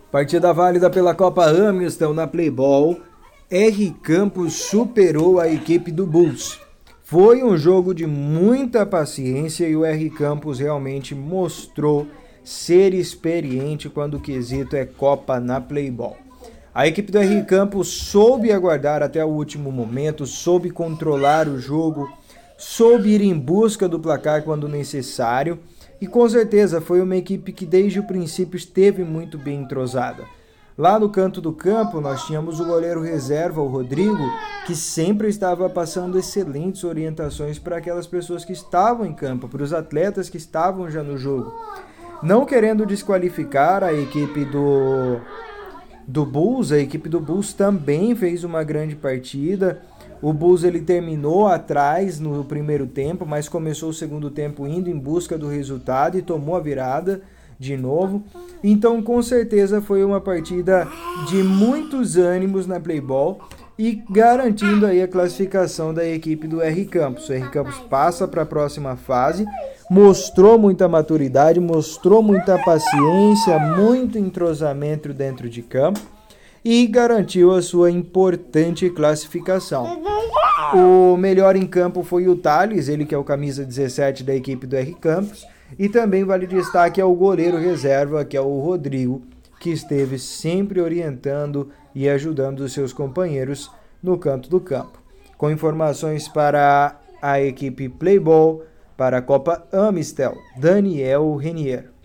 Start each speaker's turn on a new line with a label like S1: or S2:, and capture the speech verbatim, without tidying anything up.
S1: Partida válida pela Copa Amistel na Playball. R. Campos superou a equipe do Bulls. Foi um jogo de muita paciência e o R. Campos realmente mostrou ser experiente quando o quesito é Copa na Playball. A equipe do R. Campos soube aguardar até o último momento, soube controlar o jogo, soube ir em busca do placar quando necessário e com certeza foi uma equipe que desde o princípio esteve muito bem entrosada. Lá no canto do campo nós tínhamos o goleiro reserva, o Rodrigo, que sempre estava passando excelentes orientações para aquelas pessoas que estavam em campo, para os atletas que estavam já no jogo. Não querendo desqualificar a equipe do, do Bulls, a equipe do Bulls também fez uma grande partida. O Bulls ele terminou atrás no primeiro tempo, mas começou o segundo tempo indo em busca do resultado e tomou a virada de novo. Então, com certeza, foi uma partida de muitos ânimos na Playball e garantindo aí a classificação da equipe do R. Campos. O R. Campos passa para a próxima fase, mostrou muita maturidade, mostrou muita paciência, muito entrosamento dentro de campo e garantiu a sua importante classificação. O melhor em campo foi o Thales, ele que é o camisa dezessete da equipe do R. Campos. E também vale destaque ao goleiro reserva, que é o Rodrigo, que esteve sempre orientando e ajudando os seus companheiros no canto do campo. Com informações para a equipe Playball, para a Copa Amistel, Daniel Renier.